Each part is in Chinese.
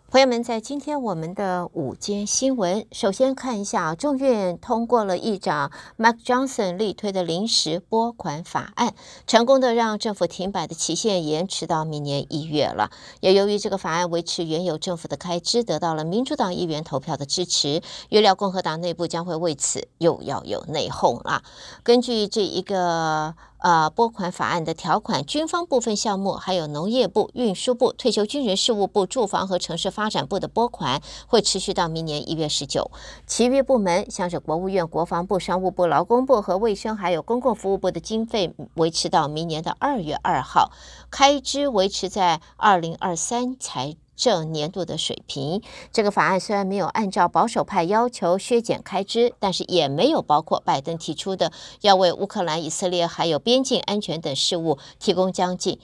朋友们，在今天我们的午间新闻，首先看一下众院通过了议长 Mike Johnson 力推的临时拨款法案，成功的让政府停摆的期限延迟到明年1月了。也由于这个法案维持原有政府的开支，得到了民主党议员投票的支持，预料共和党内部将会为此又要有内讧了。根据这一个拨款法案的条款，军方部分项目，还有农业部、运输部、退休军人事务部、住房和城市发展部的拨款会持续到明年1月19。其余部门像是国务院、国防部、商务部、劳工部和卫生还有公共服务部的经费维持到明年的2月2号，开支维持在2023财政年度的水平。这个法案虽然没有按照保守派要求削减开支，但是也没有包括拜登提出的要为乌克兰、以色列还有边境安全等事务提供将近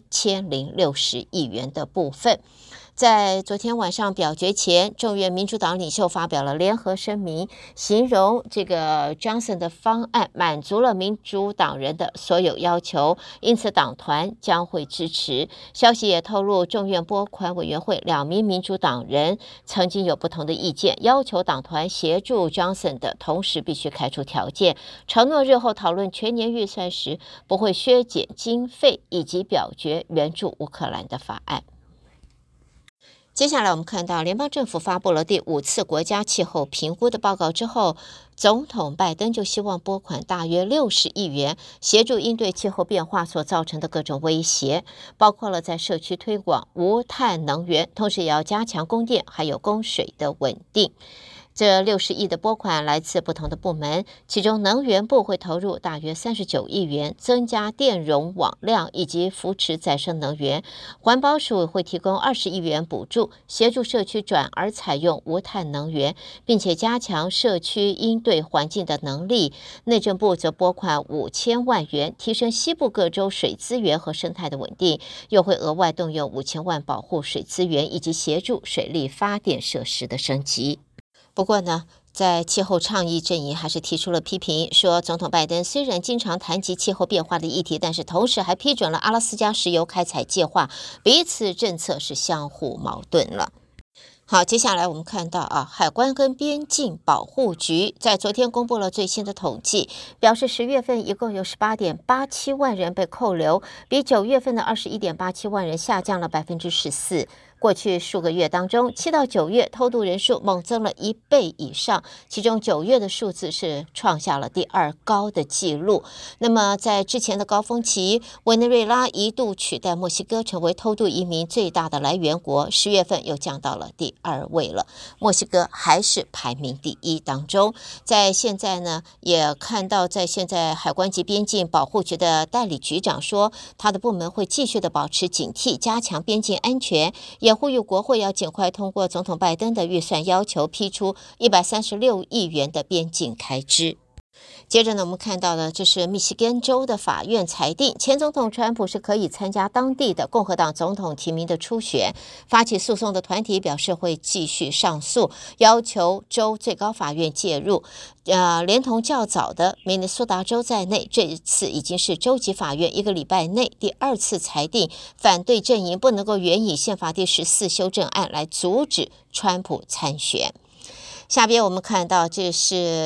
1060亿元的部分。在昨天晚上表决前，众院民主党领袖发表了联合声明，形容这个 Johnson 的方案满足了民主党人的所有要求，因此党团将会支持。消息也透露，众院拨款委员会2名民主党人曾经有不同的意见，要求党团协助 Johnson 的同时必须开出条件，承诺日后讨论全年预算时不会削减经费，以及表决援助乌克兰的法案。接下来我们看到联邦政府发布了第5次国家气候评估的报告之后，总统拜登就希望拨款大约60亿元，协助应对气候变化所造成的各种威胁，包括了在社区推广无碳能源，同时也要加强供电还有供水的稳定。这60亿的拨款来自不同的部门，其中能源部会投入大约39亿元，增加电容网量以及扶持再生能源。环保署会提供20亿元补助，协助社区转而采用无碳能源，并且加强社区应对环境的能力。内政部则拨款5000万元，提升西部各州水资源和生态的稳定，又会额外动用5000万保护水资源以及协助水力发电设施的升级。不过呢，在气候倡议阵营还是提出了批评，说总统拜登虽然经常谈及气候变化的议题，但是同时还批准了阿拉斯加石油开采计划，彼此政策是相互矛盾了。好，接下来我们看到海关跟边境保护局在昨天公布了最新的统计，表示10月份一共有18.87万人被扣留，比9月份的21.87万人下降了14%。过去数个月当中，7到9月偷渡人数猛增了1倍以上，其中9月的数字是创下了第2高的纪录。那么在之前的高峰期，委内瑞拉一度取代墨西哥成为偷渡移民最大的来源国，10月份又降到了第2位了，墨西哥还是排名第1当中。在现在呢，也看到在现在海关及边境保护局的代理局长说，他的部门会继续的保持警惕，加强边境安全，也呼吁国会要尽快通过总统拜登的预算要求，批出136亿元的边境开支。接着呢，我们看到的这是密西根州的法院裁定，前总统川普是可以参加当地的共和党总统提名的初选。发起诉讼的团体表示会继续上诉，要求州最高法院介入。连同较早的明尼苏达州在内，这一次已经是州级法院1个礼拜内第2次裁定，反对阵营不能够援引宪法第14修正案来阻止川普参选。下边我们看到这是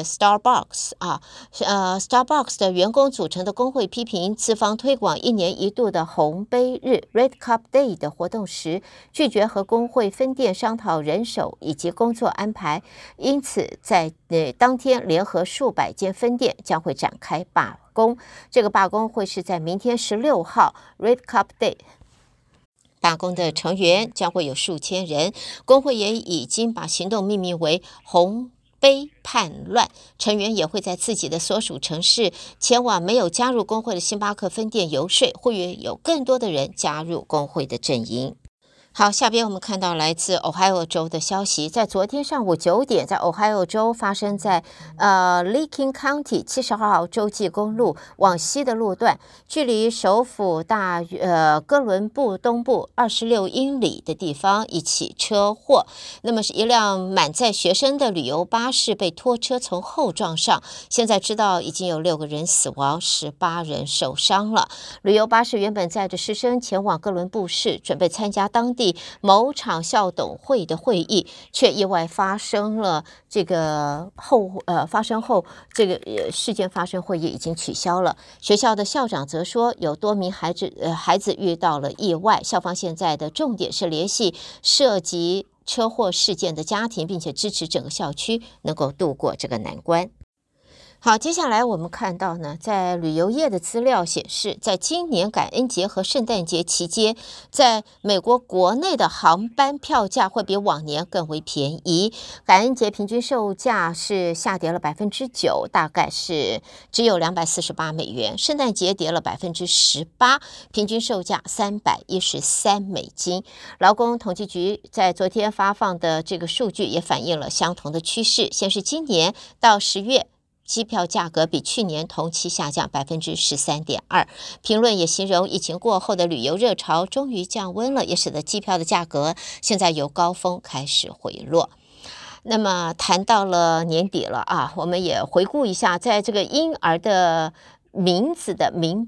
Starbucks 的员工组成的工会批评资方推广1年1度的红杯日 Red Cup Day 的活动时，拒绝和工会分店商讨人手以及工作安排，因此在当天联合数百间分店将会展开罢工。这个罢工会是在明天16号 Red Cup Day。罢工的成员将会有数千人，工会也已经把行动命名为红杯叛乱，成员也会在自己的所属城市前往没有加入工会的星巴克分店游说，呼吁有更多的人加入工会的阵营。好，下边我们看到来自 Ohio 州的消息，在昨天上午9点，在 Ohio 州发生在Licking County 70号州际公路往西的路段，距离首府哥伦布东部26英里的地方一起车祸。那么是一辆满载学生的旅游巴士被拖车从后撞上，现在知道已经有6个人死亡，18人受伤了。旅游巴士原本载着师生前往哥伦布市，准备参加当地地某场校董会的会议，却意外发生了发生后事件发生，会议已经取消了。学校的校长则说，有多名孩子遇到了意外，校方现在的重点是联系涉及车祸事件的家庭，并且支持整个校区能够度过这个难关。好，接下来我们看到呢，在旅游业的资料显示，在今年感恩节和圣诞节期间，在美国国内的航班票价会比往年更为便宜。感恩节平均售价是下跌了9%，大概是只有$248；圣诞节跌了18%，平均售价$313。劳工统计局在昨天发放的这个数据也反映了相同的趋势，显示今年到10月。机票价格比去年同期下降13.2%。评论也形容疫情过后的旅游热潮终于降温了，也使得机票的价格现在由高峰开始回落。那么谈到了年底了啊，我们也回顾一下，在这个婴儿的名字的名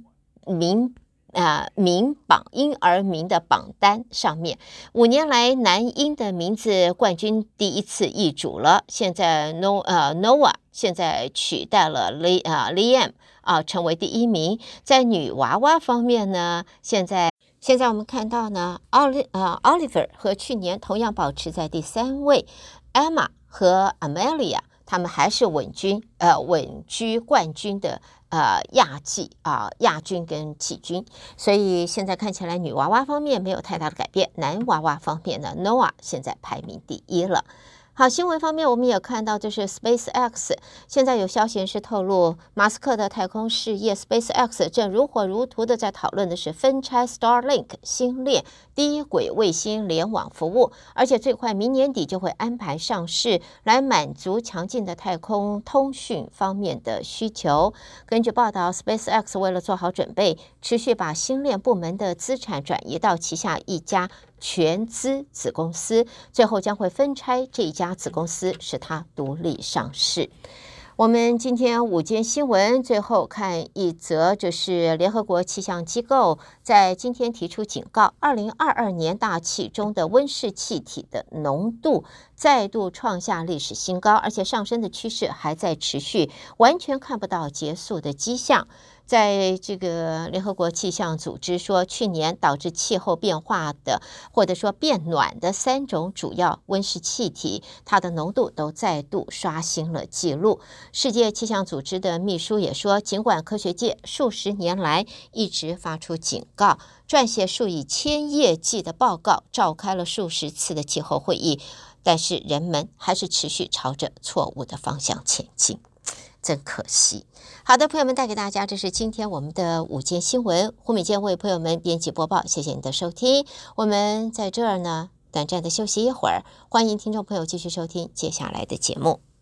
榜婴儿名的榜单上面，5年来男婴的名字冠军第一次易主了。现在Noah 现在取代了Liam 成为第1名。在女娃娃方面呢，现在我们看到呢，Oliver 和去年同样保持在第3位，Emma 和 Amelia 他们还是稳居冠军的亚军跟季军，所以现在看起来女娃娃方面没有太大的改变，男娃娃方面呢 ，Noah 现在排名第1了。好，新闻方面我们也看到，就是 SpaceX 现在有消息人士透露，马斯克的太空事业 SpaceX 正如火如荼的在讨论的是分拆 Starlink 星链低轨卫星联网服务，而且最快明年底就会安排上市，来满足强劲的太空通讯方面的需求。根据报道 ，SpaceX 为了做好准备，持续把星链部门的资产转移到旗下一家全资子公司，最后将会分拆这一家子公司，使它独立上市。我们今天5件新闻，最后看一则，就是联合国气象机构在今天提出警告，2022年大气中的温室气体的浓度再度创下历史新高，而且上升的趋势还在持续，完全看不到结束的迹象。在这个联合国气象组织说，去年导致气候变化的或者说变暖的3种主要温室气体，它的浓度都再度刷新了纪录。世界气象组织的秘书也说，尽管科学界数十年来一直发出警告，撰写数以千页计的报告，召开了数十次的气候会议，但是人们还是持续朝着错误的方向前进，真可惜。好的，朋友们，带给大家这是今天我们的5件新闻，胡美健为朋友们编辑播报，谢谢你的收听。我们在这儿呢短暂的休息一会儿，欢迎听众朋友继续收听接下来的节目。